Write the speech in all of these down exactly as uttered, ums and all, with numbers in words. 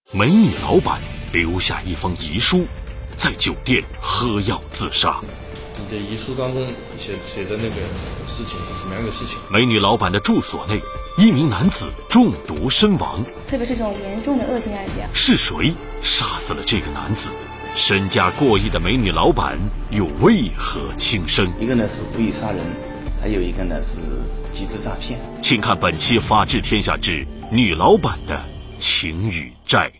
美女老板留下一封遗书，在酒店喝药自杀。 你的遗书当中写写的那个事情是什么样的事情？ 美女老板的住所内，一名男子中毒身亡。 特别是这种严重的恶性案件， 是谁杀死了这个男子？身价过亿的美女老板又为何轻生？ 一个呢是故意杀人，还有一个呢是集资诈骗。 请看本期《法治天下之女老板的情与债》。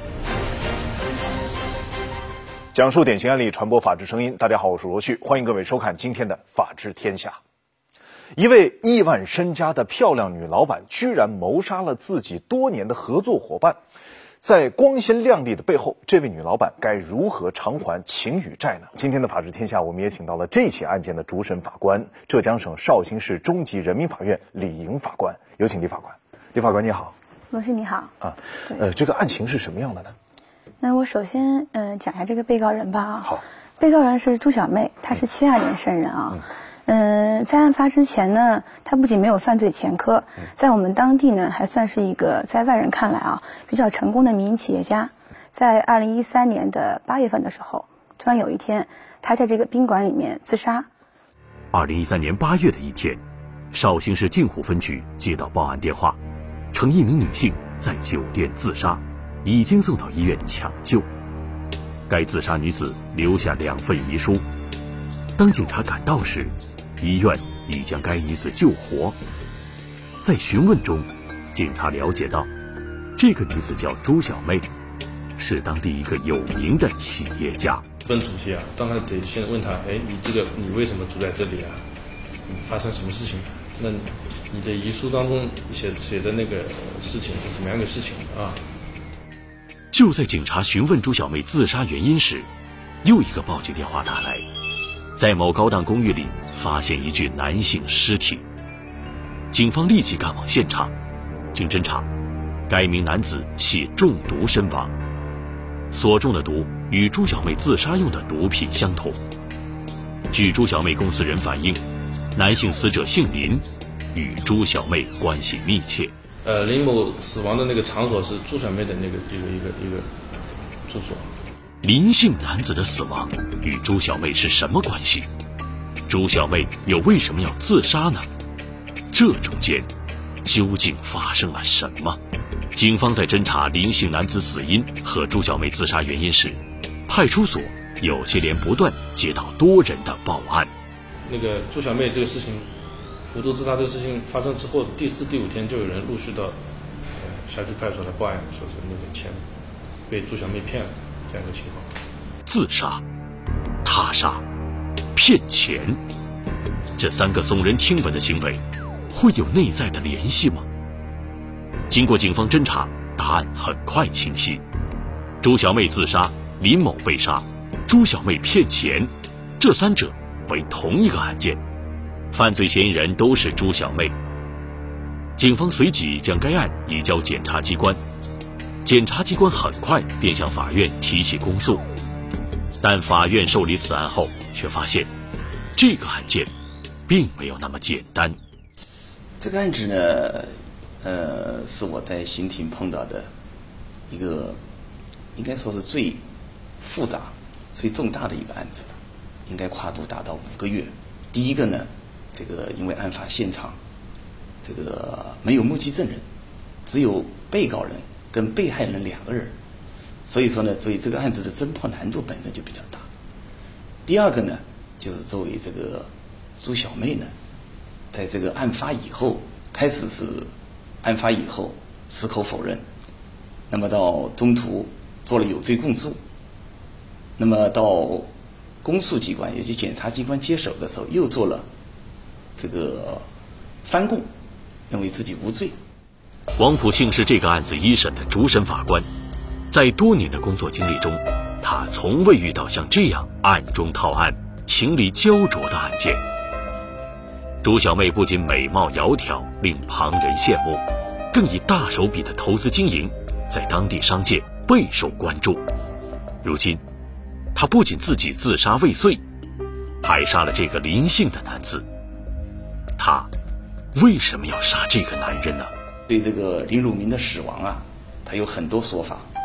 讲述典型案例，传播法治声音。大家好，我是罗旭，欢迎各位收看今天的《法治天下》。一位亿万身家的漂亮女老板，居然谋杀了自己多年的合作伙伴。在光鲜亮丽的背后，这位女老板该如何偿还情与债呢？今天的《法治天下》，我们也请到了这起案件的主审法官，浙江省绍兴市中级人民法院李莹法官。有请李法官。李法官你好。 罗旭你好。啊， 呃，这个案情是什么样的呢？ 那我首先嗯、呃、讲一下这个被告人吧啊。 好。 被告人是朱小妹，她是七二年生人啊。嗯、呃，在案发之前呢，她不仅没有犯罪前科，在我们当地呢还算是一个在外人看来啊比较成功的民营企业家。在二零一三年的八月份的时候，突然有一天，她在这个宾馆里面自杀。 二零一三年八月的一天，绍兴市镜湖分局接到报案电话，称一名女性在酒店自杀，已经送到医院抢救。该自杀女子留下两份遗书。当警察赶到时，医院已将该女子救活。在询问中，警察了解到，这个女子叫朱小妹，是当地一个有名的企业家。 问主题啊，当然得先问他，哎，你这个你为什么住在这里啊？你发生什么事情？那你的遗书当中写写的那个事情是什么样的事情啊？ 就在警察询问朱小妹自杀原因时，又一个报警电话打来，在某高档公寓里发现一具男性尸体。警方立即赶往现场，经侦查，该名男子系中毒身亡，所中的毒与朱小妹自杀用的毒品相同。据朱小妹公司人反映，男性死者姓林，与朱小妹关系密切。 呃，林某死亡的那个场所是朱小妹的那个一个一个一个住所。 林姓男子的死亡与朱小妹是什么关系？朱小妹又为什么要自杀呢？这中间究竟发生了什么？警方在侦查林姓男子死因和朱小妹自杀原因时，派出所有接连不断接到多人的报案。 那个朱小妹这个事情，服毒自杀这个事情发生之后，第四、第五天就有人陆续到呃辖区派出所来报案，说是那个钱被朱小妹骗了这样一个情况。 自杀、他杀、骗钱，这三个耸人听闻的行为，会有内在的联系吗？经过警方侦查，答案很快清晰。朱小妹自杀，林某被杀，朱小妹骗钱，这三者为同一个案件，犯罪嫌疑人都是朱小妹。警方随即将该案移交检察机关，检察机关很快便向法院提起公诉。但法院受理此案后，却发现这个案件并没有那么简单。 这个案子呢，呃，是我在刑庭碰到的一个，应该说是最复杂、最重大的一个案子，应该跨度达到五个月。第一个呢，这个因为案发现场这个没有目击证人，只有被告人跟被害人两个人。所以说呢，所以这个案子的侦破难度本身就比较大。第二个呢，就是作为这个朱小妹呢，在这个案发以后，开始是案发以后矢口否认，那么到中途做了有罪供述，那么到公诉机关也就检察机关接手的时候，又做了这个翻供，认为自己无罪。 黄埔庆是这个案子一审的主审法官。在多年的工作经历中，他从未遇到像这样暗中套案、情理焦灼的案件。朱小妹不仅美貌窈窕令旁人羡慕，更以大手笔的投资经营，在当地商界备受关注。如今，她不仅自己自杀未遂，还杀了这个林姓的男子。她为什么要杀这个男人呢？ 对这个林汝明的死亡啊，他有很多说法。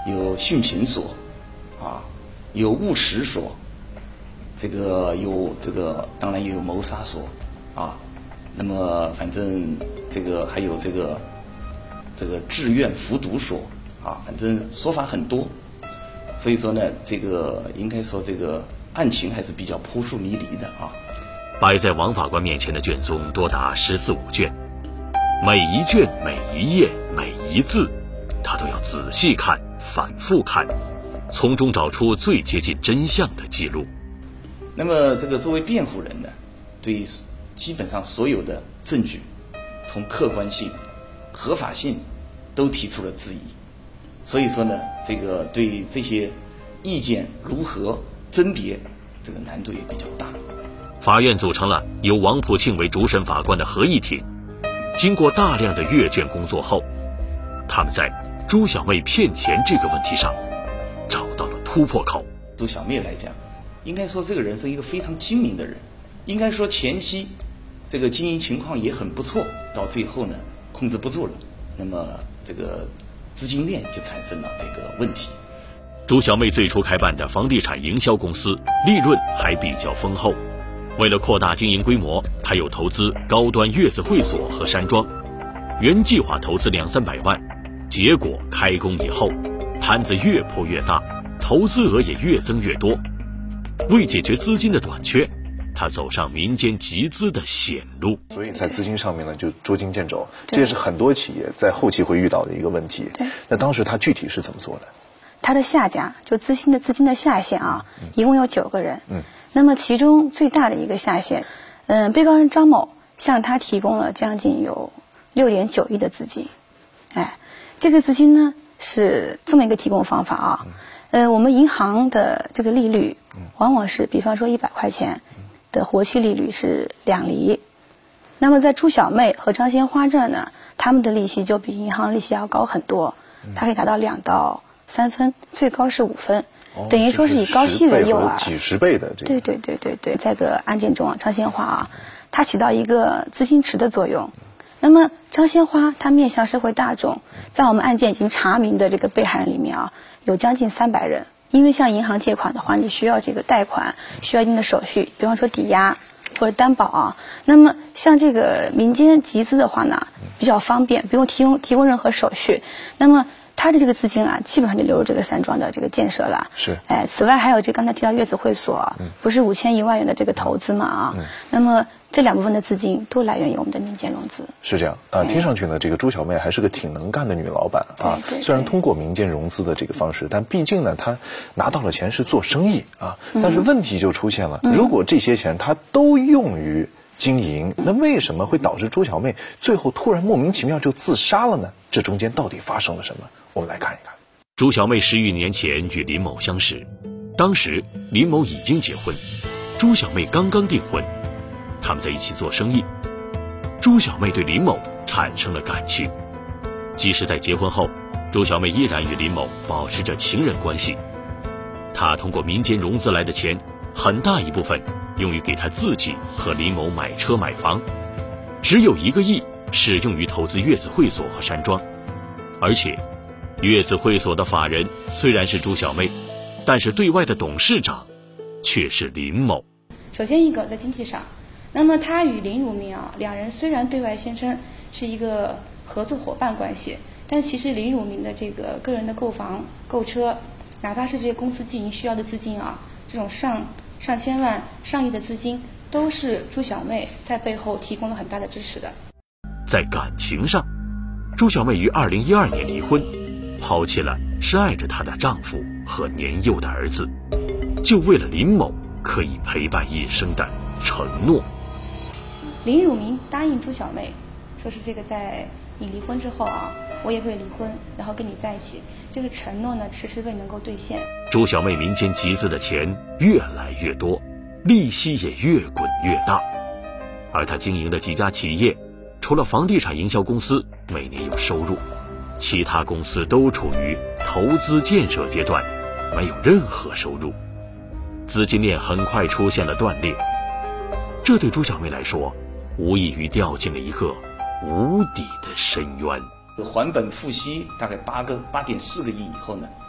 有殉情所，啊，有误食所，这个有这个当然也有谋杀所，啊，那么反正这个还有这个这个志愿服毒所，啊，反正说法很多。所以说呢，这个应该说这个案情还是比较扑朔迷离的啊。 摆在王法官面前的卷宗多达十四五卷，每一卷、每一页、每一字，他都要仔细看、反复看，从中找出最接近真相的记录。 那么，这个作为辩护人呢，对基本上所有的证据，从客观性、合法性都提出了质疑。所以说呢，这个对这些意见如何甄别，这个难度也比较大。 法院组成了由王普庆为主审法官的合议庭，经过大量的阅卷工作后，他们在朱小妹骗钱这个问题上找到了突破口。 朱小妹来讲，应该说这个人是一个非常精明的人，应该说前期这个经营情况也很不错，到最后呢控制不住了，那么这个资金链就产生了这个问题。 朱小妹最初开办的房地产营销公司利润还比较丰厚，为了扩大经营规模，她又投资高端月子会所和山庄，原计划投资两三百万，结果开工以后摊子越铺越大，投资额也越增越多。为解决资金的短缺，他走上民间集资的险路。 所以在资金上面呢就捉襟见肘，这也是很多企业在后期会遇到的一个问题。 对， 那当时他具体是怎么做的？ 他的下家就资金的资金的下线啊， 嗯、 一共有九个人。 嗯， 那么其中最大的一个下线，嗯，被告人张某向他提供了将近有六点九亿的资金。哎，这个资金呢是这么一个提供方法啊。嗯、呃，我们银行的这个利率往往是，比方说一百块钱的活期利率是两厘，那么在朱小妹和张鲜花这儿呢，他们的利息就比银行利息要高很多，它可以达到两到三分，最高是五分， 哦、 等于说是以高息为诱饵， 几十倍的这个。 对对对对对，在这个案件中啊，张鲜花啊，它起到一个资金池的作用。那么张鲜花它面向社会大众，在我们案件已经查明的这个被害人里面啊，有将近三百人。因为向银行借款的话，你需要这个贷款，需要一定的手续，比方说抵押或者担保啊。那么像这个民间集资的话呢，比较方便，不用提供提供任何手续。那么他的这个资金啊，基本上就流入这个山庄的这个建设了。 是。 哎，此外还有这刚才提到月子会所，嗯、不是五千一万元的这个投资嘛啊？嗯、那么这两部分的资金都来源于我们的民间融资。 是这样啊、呃，听上去呢，这个朱小妹还是个挺能干的女老板啊。 对对对， 虽然通过民间融资的这个方式，但毕竟呢，她拿到了钱是做生意啊。但是问题就出现了，嗯、如果这些钱她都用于经营，那为什么会导致朱小妹最后突然莫名其妙就自杀了呢？这中间到底发生了什么？我们来看一看。 朱小妹十余年前与林某相识，当时林某已经结婚，朱小妹刚刚订婚，他们在一起做生意。朱小妹对林某产生了感情，即使在结婚后，朱小妹依然与林某保持着情人关系。她通过民间融资来的钱，很大一部分用于给她自己和林某买车买房，只有一个亿是用于投资月子会所和山庄。而且月子会所的法人虽然是朱小妹，但是对外的董事长却是林某。 首先一个在经济上，那么他与林汝明啊，两人虽然对外宣称是一个合作伙伴关系，但其实林汝明的这个个人的购房购车，哪怕是这些公司经营需要的资金啊，这种上上千万上亿的资金，都是朱小妹在背后提供了很大的支持的。 在感情上，朱小妹于二零一二年离婚，抛弃了深爱着她的丈夫和年幼的儿子，就为了林某可以陪伴一生的承诺。 林汝明答应朱小妹，说是这个在你离婚之后啊，我也会离婚，然后跟你在一起。这个承诺呢，迟迟未能够兑现。 朱小妹民间集资的钱越来越多，利息也越滚越大，而她经营的几家企业，除了房地产营销公司每年有收入，其他公司都处于投资建设阶段，没有任何收入，资金链很快出现了断裂。这对朱小妹来说，无异于掉进了一个无底的深渊。 还本付息大概八个八点四个亿以后呢，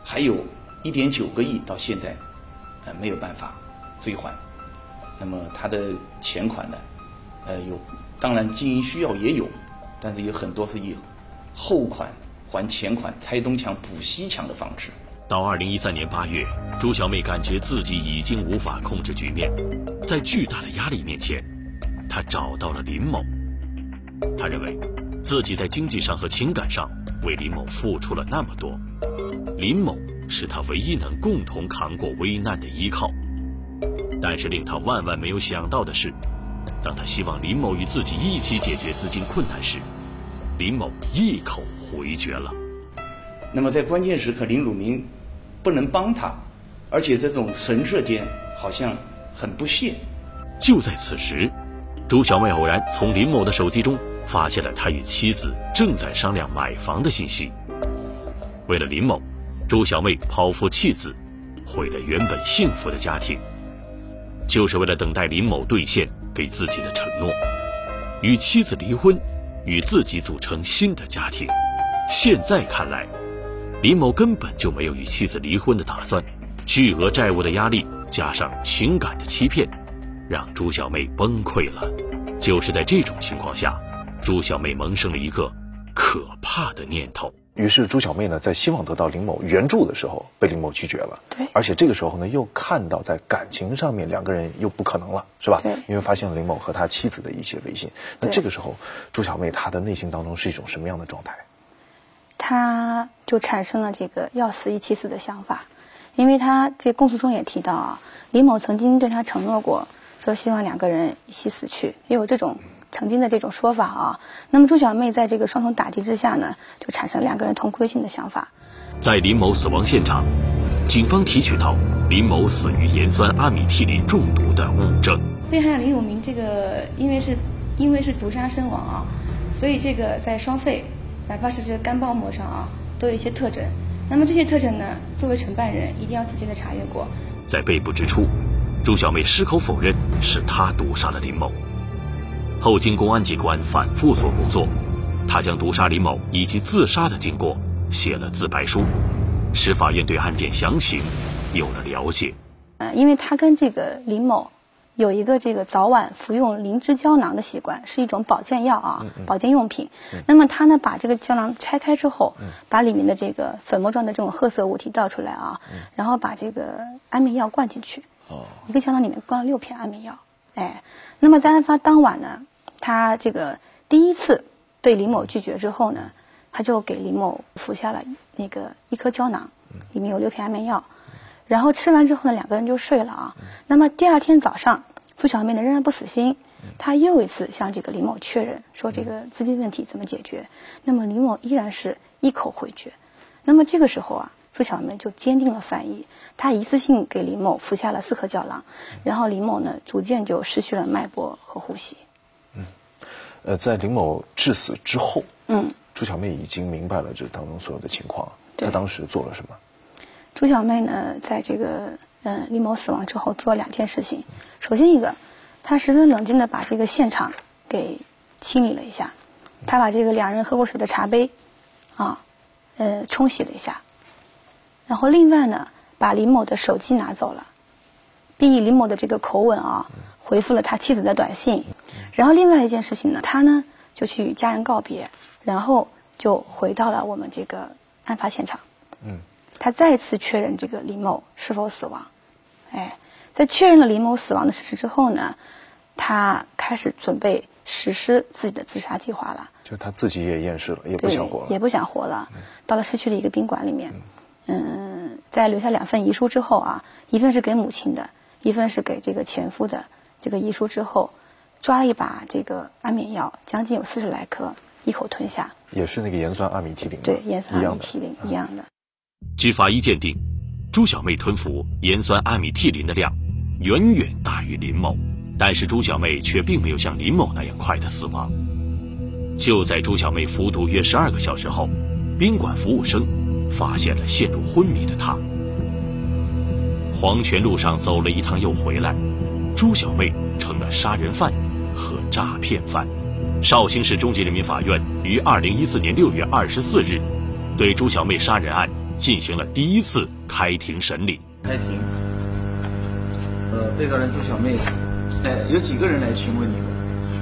还有一点九个亿到现在呃没有办法追还。那么他的钱款呢，呃有当然经营需要也有，但是有很多是以后款还前款、拆东墙补西墙的方式。 到二零一三年八月，朱小妹感觉自己已经无法控制局面，在巨大的压力面前，她找到了林某。她认为自己在经济上和情感上为林某付出了那么多，林某是她唯一能共同扛过危难的依靠。但是令她万万没有想到的是，当她希望林某与自己一起解决资金困难时，林某一口回绝了。 那么在关键时刻，林汝明不能帮他，而且这种神色间好像很不屑。 就在此时，朱小妹偶然从林某的手机中发现了他与妻子正在商量买房的信息。为了林某，朱小妹抛夫弃子，毁了原本幸福的家庭，就是为了等待林某兑现给自己的承诺，与妻子离婚，与自己组成新的家庭。现在看来，林某根本就没有与妻子离婚的打算，巨额债务的压力加上情感的欺骗，让朱小妹崩溃了。就是在这种情况下，朱小妹萌生了一个可怕的念头。 于是朱小妹呢，在希望得到林某援助的时候，被林某拒绝了。 对， 而且这个时候呢，又看到在感情上面两个人又不可能了，是吧？ 对， 因为发现了林某和他妻子的一些微信。那这个时候，朱小妹她的内心当中是一种什么样的状态？ 他就产生了这个要死一起死的想法，因为他这供述中也提到啊，林某曾经对他承诺过，说希望两个人一起死去，也有这种曾经的这种说法啊。那么朱小妹在这个双重打击之下呢，就产生两个人同归于尽的想法。 在林某死亡现场，警方提取到林某死于盐酸阿米替林中毒的物证。 被害人林汝明这个因为是因为是毒杀身亡啊，所以这个在双肺，哪怕是这个肝包膜上啊，都有一些特征。那么这些特征呢，作为承办人一定要仔细的查阅过。 在被捕之初，朱小妹矢口否认是她毒杀了林某。后经公安机关反复做工作，她将毒杀林某以及自杀的经过写了自白书，使法院对案件详情有了了解。 呃，因为她跟这个林某有一个这个早晚服用灵芝胶囊的习惯，是一种保健药啊，嗯嗯保健用品。嗯、那么他呢，把这个胶囊拆开之后，嗯、把里面的这个粉末状的这种褐色物体倒出来啊，嗯、然后把这个安眠药灌进去。哦，一个胶囊里面灌了六片安眠药。哎，那么在案发当晚呢，他这个第一次被林某拒绝之后呢，他就给林某服下了那个一颗胶囊，里面有六片安眠药。然后吃完之后呢，两个人就睡了啊。嗯、那么第二天早上，朱小妹呢仍然不死心，她又一次向这个林某确认说这个资金问题怎么解决。那么林某依然是一口回绝。那么这个时候啊，朱小妹就坚定了犯意，她一次性给林某服下了四颗胶囊，然后林某呢逐渐就失去了脉搏和呼吸。 嗯，呃，在林某致死之后， 嗯， 朱小妹已经明白了这当中所有的情况，她当时做了什么？ 朱小妹呢，在这个嗯、呃、林某死亡之后做了两件事情。首先一个，她十分冷静的把这个现场给清理了一下，她把这个两人喝过水的茶杯啊，呃冲洗了一下。然后另外呢，把林某的手机拿走了，并以林某的这个口吻啊，回复了他妻子的短信。然后另外一件事情呢，他呢就去与家人告别，然后就回到了我们这个案发现场。嗯。他再次确认这个林某是否死亡，哎，在确认了林某死亡的事实之后呢，他开始准备实施自己的自杀计划了。 就他自己也厌世了，也不想活了， 也不想活了。嗯、到了市区的一个宾馆里面，嗯、呃，在留下两份遗书之后啊，一份是给母亲的，一份是给这个前夫的。这个遗书之后，抓了一把这个安眠药，将近有四十来颗，一口吞下。 也是那个盐酸阿米替林。 对，盐酸阿米替林一样的。 据法医鉴定，朱小妹吞服盐酸阿米替林的量远远大于林某，但是朱小妹却并没有像林某那样快的死亡。就在朱小妹服毒约十二个小时后，宾馆服务生发现了陷入昏迷的她。黄泉路上走了一趟又回来，朱小妹成了杀人犯和诈骗犯。绍兴市中级人民法院于二零一四年六月二十四日对朱小妹杀人案进行了第一次开庭审理。 开庭，呃，被告人朱小妹，呃，有几个人来询问你们？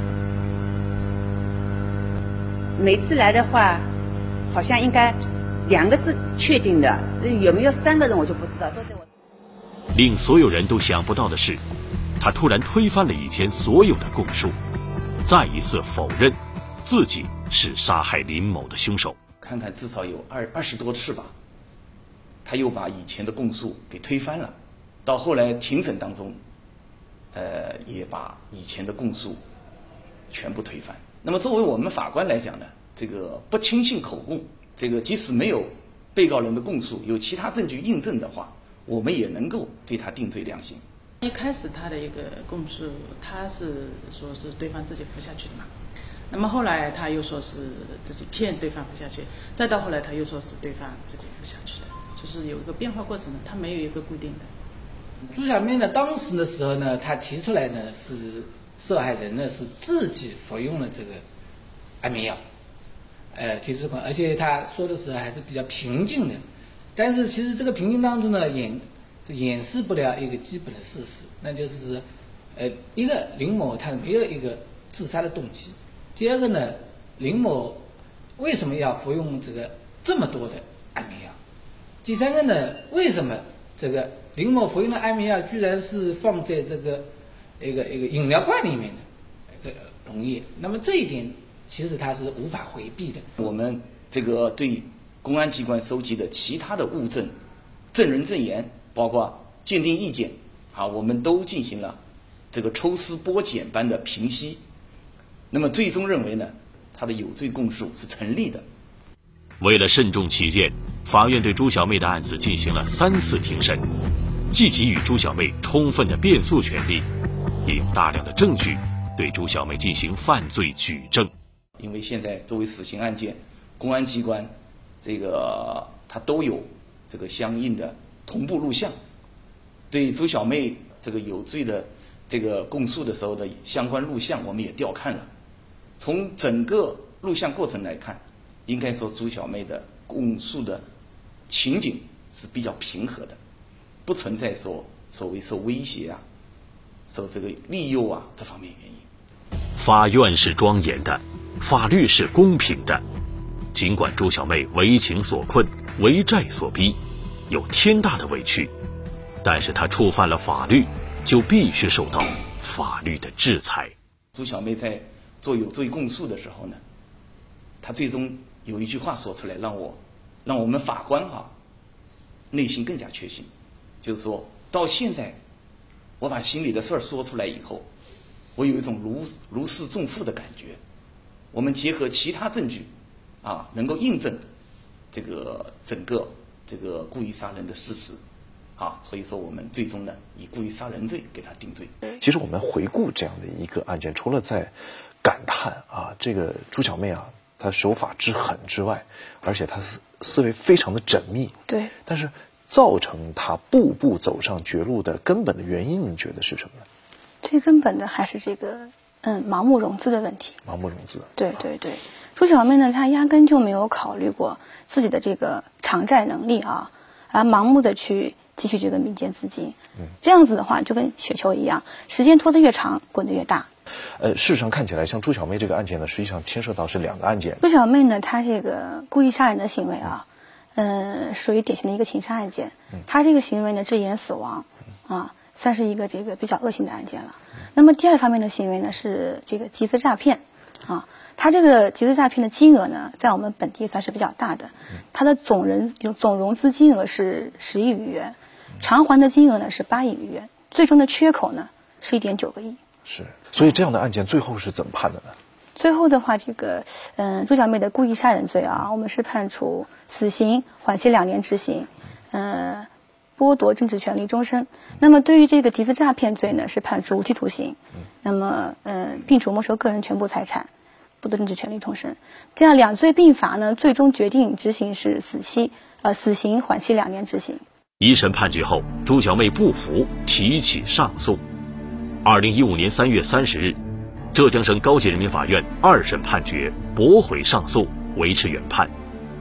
每次来的话，好像应该两个是确定的，有没有三个人我就不知道，都在我。 令所有人都想不到的是，他突然推翻了以前所有的供述，再一次否认自己是杀害林某的凶手。 看看至少有二二十多次吧，他又把以前的供述给推翻了，到后来庭审当中，呃，也把以前的供述全部推翻。那么作为我们法官来讲呢，这个不轻信口供，这个即使没有被告人的供述，有其他证据印证的话，我们也能够对他定罪量刑。 一开始他的一个供述，他是说是对方自己服下去的嘛，那么后来他又说是自己骗对方服下去，再到后来他又说是对方自己服下去的，就是有一个变化过程的，他没有一个固定的。 朱小妹呢，当时的时候呢，她提出来呢是受害人呢是自己服用了这个安眠药，呃，提出而且她说的时候还是比较平静的，但是其实这个平静当中呢，掩掩饰不了一个基本的事实，那就是，呃，一个林某他没有一个自杀的动机，第二个呢，林某为什么要服用这个这么多的安眠药？第三个呢，为什么这个林某服用的安眠药居然是放在这个一个一个饮料罐里面的一个溶液？那么这一点其实它是无法回避的。 我们这个对公安机关收集的其他的物证、证人证言，包括鉴定意见啊，我们都进行了这个抽丝剥茧般的评析。那么最终认为呢，他的有罪供述是成立的。 为了慎重起见，法院对朱小妹的案子进行了三次庭审，既给予朱小妹充分的辩诉权利，也有大量的证据对朱小妹进行犯罪举证。 因为现在作为死刑案件，公安机关这个它都有这个相应的同步录像，对朱小妹这个有罪的这个供述的时候的相关录像我们也调看了。从整个录像过程来看，应该说朱小妹的供述的情景是比较平和的，不存在说所谓受威胁啊、受这个利诱啊这方面原因。 法院是庄严的，法律是公平的。尽管朱小妹为情所困、为债所逼，有天大的委屈，但是她触犯了法律，就必须受到法律的制裁。 朱小妹在做有罪供述的时候呢，她最终有一句话说出来，让我让我们法官啊内心更加确信，就是说到现在我把心里的事儿说出来以后，我有一种如如释重负的感觉。我们结合其他证据啊，能够印证这个整个这个故意杀人的事实啊，所以说我们最终呢以故意杀人罪给他定罪。 其实我们回顾这样的一个案件，除了在感叹啊，这个朱小妹啊，她手法之狠之外，而且她思维非常的缜密。 对。 但是造成她步步走上绝路的根本的原因，你觉得是什么呢？ 最根本的还是这个嗯盲目融资的问题。 盲目融资。 对对对。朱小妹呢，她压根就没有考虑过自己的这个偿债能力啊，而盲目的去汲取这个民间资金。嗯，这样子的话就跟雪球一样，时间拖得越长，滚得越大。 呃，事实上看起来，像朱小妹这个案件呢，实际上牵涉到是两个案件。 朱小妹呢，她这个故意杀人的行为啊，嗯、呃，属于典型的一个情杀案件。嗯，她这个行为呢，致人死亡，啊，算是一个这个比较恶性的案件了。那么第二方面的行为呢，是这个集资诈骗，啊。它这个集资诈骗的金额呢，在我们本地算是比较大的，它的总人有总融资金额是十亿余元，偿还的金额呢是八亿余元，最终的缺口呢是一点九个亿。 是，所以这样的案件最后是怎么判的呢？ 最后的话，这个嗯、呃，朱小妹的故意杀人罪啊，我们是判处死刑，缓期两年执行，嗯、呃，剥夺政治权利终身。那么对于这个集资诈骗罪呢，是判处无期徒刑，那么嗯、呃，并处没收个人全部财产。剥夺政治权利终身，这样两罪并罚呢，最终决定执行是死期，呃，死刑缓期两年执行。 一审判决后，朱小妹不服，提起上诉。二零一五年三月三十日，浙江省高级人民法院二审判决驳回上诉，维持原判。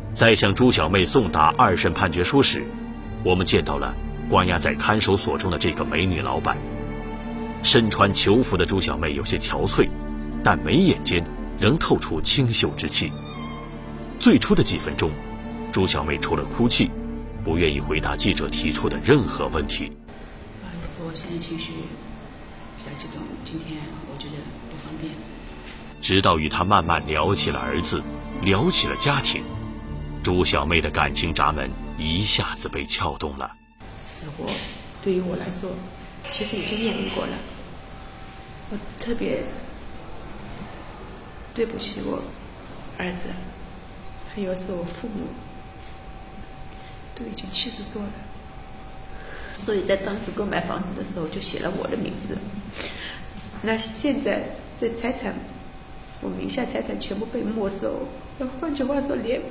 在向朱小妹送达二审判决书时，我们见到了关押在看守所中的这个美女老板。身穿囚服的朱小妹有些憔悴，但眉眼间仍透出清秀之气。最初的几分钟，朱小妹除了哭泣，不愿意回答记者提出的任何问题。 不好意思，我现在情绪比较激动，今天我觉得不方便。 直到与她慢慢聊起了儿子，聊起了家庭，朱小妹的感情闸门一下子被撬动了。 死活对于我来说，其实已经面临过了。我特别对不起我儿子，还有是我父母，都已经七十多了。所以在当时购买房子的时候就写了我的名字。那现在这财产，我名下财产全部被没收。换句话说，连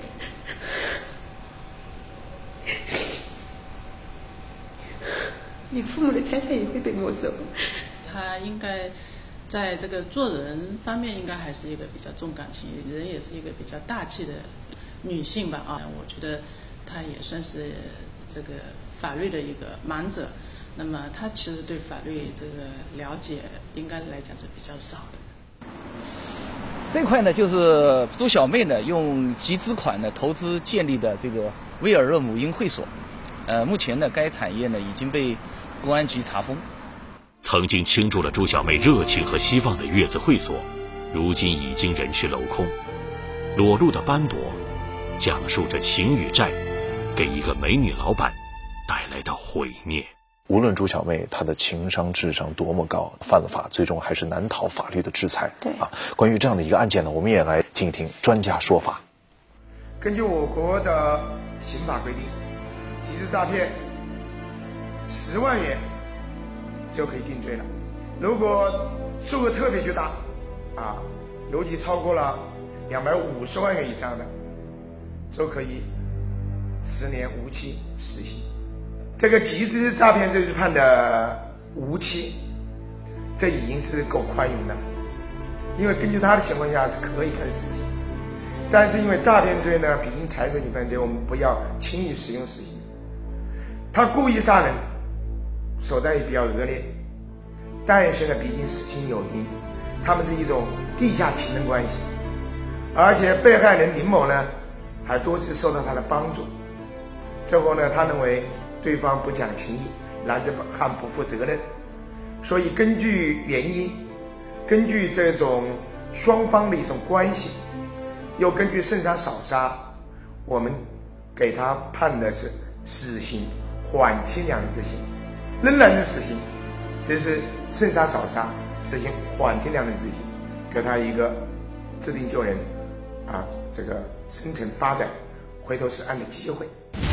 你父母的财产也会被没收。 他应该在这个做人方面，应该还是一个比较重感情，人也是一个比较大气的女性吧啊，我觉得她也算是这个法律的一个盲者。那么她其实对法律这个了解，应该来讲是比较少的。 这块呢，就是朱小妹呢用集资款呢投资建立的这个威尔热母婴会所。呃，目前呢，该产业呢已经被公安局查封。 曾经倾注了朱小妹热情和希望的月子会所，如今已经人去楼空。裸露的斑驳，讲述着情与债给一个美女老板带来的毁灭。 无论朱小妹她的情商智商多么高，犯了法最终还是难逃法律的制裁。 对啊，关于这样的一个案件呢，我们也来听一听专家说法。 根据我国的刑法规定，集资诈骗十万元就可以定罪了。如果数额特别巨大啊，尤其超过了两百五十万元以上的，就可以十年无期实刑。这个集资诈骗罪是判的无期，这已经是够宽容的了。因为根据他的情况下是可以判死刑，但是因为诈骗罪呢，比因财产侵犯罪，我们不要轻易使用死刑。他故意杀人，手段也比较恶劣，但是呢，毕竟死刑有因，他们是一种地下情人关系，而且被害人林某呢，还多次受到他的帮助。最后呢，他认为对方不讲情义，男子汉不负责任，所以根据原因，根据这种双方的一种关系，又根据慎杀少杀，我们给他判的是死刑缓期两年执行，仍然是死刑，只是慎杀少杀，死刑缓期两年执行，给他一个制定救人啊，这个生存发展回头是岸的机会。